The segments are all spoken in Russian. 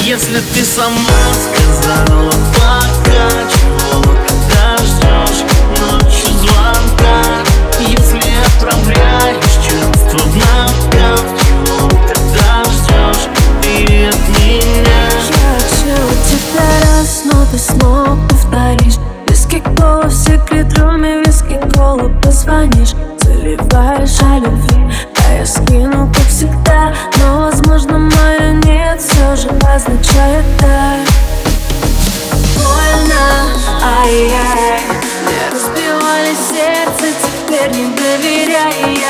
Если ты сама сказала пока, чего когда ждешь ночью звонка? Если отправляешь чувства в нокаут, чего тогда ждешь ты от меня? Я хочу тебя раз, но ты снова повторишь. Виски кола, в секретруме виски кола позвонишь. Заливаешь о любви, а я скину, как всегда. Но, возможно, мое нет все же означает да. Больно, ай-яй, мне разбивали сердце, теперь не доверяй.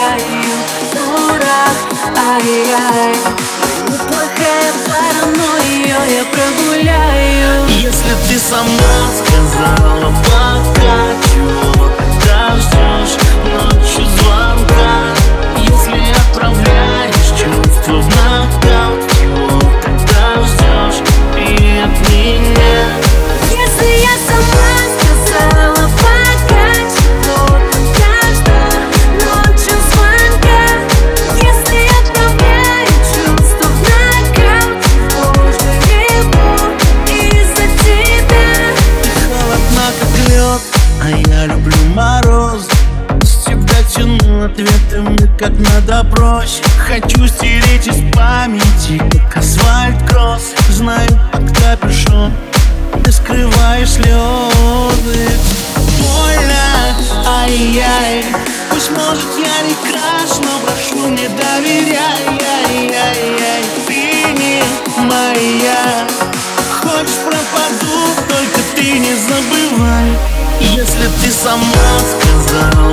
Дурак, ай-яй, неплохая пара, но ее я прогуляю. Если ты сама сказала пока, чего когда ждешь ночью звонка? Если отправляешь чувства в нокаут, чего тогда ждешь ты от меня? Если я сама сказала пока, чего тогда жду ночью звонка? Если отправляю чувства в нокаут, позже ебу из-за тебя. Ты холодна, как лед, а я люблю мороз. Всегда тяну ответами, как надо проще. Хочу стереть из памяти, как асфальт-кросс. Знаю, под капюшон ты скрываешь слезы. Больно, ай-яй, пусть, может, я не краш, но прошу, не доверяй. Ты не моя. Хочешь, пропаду, только ты не забывай. Если ты сама сказала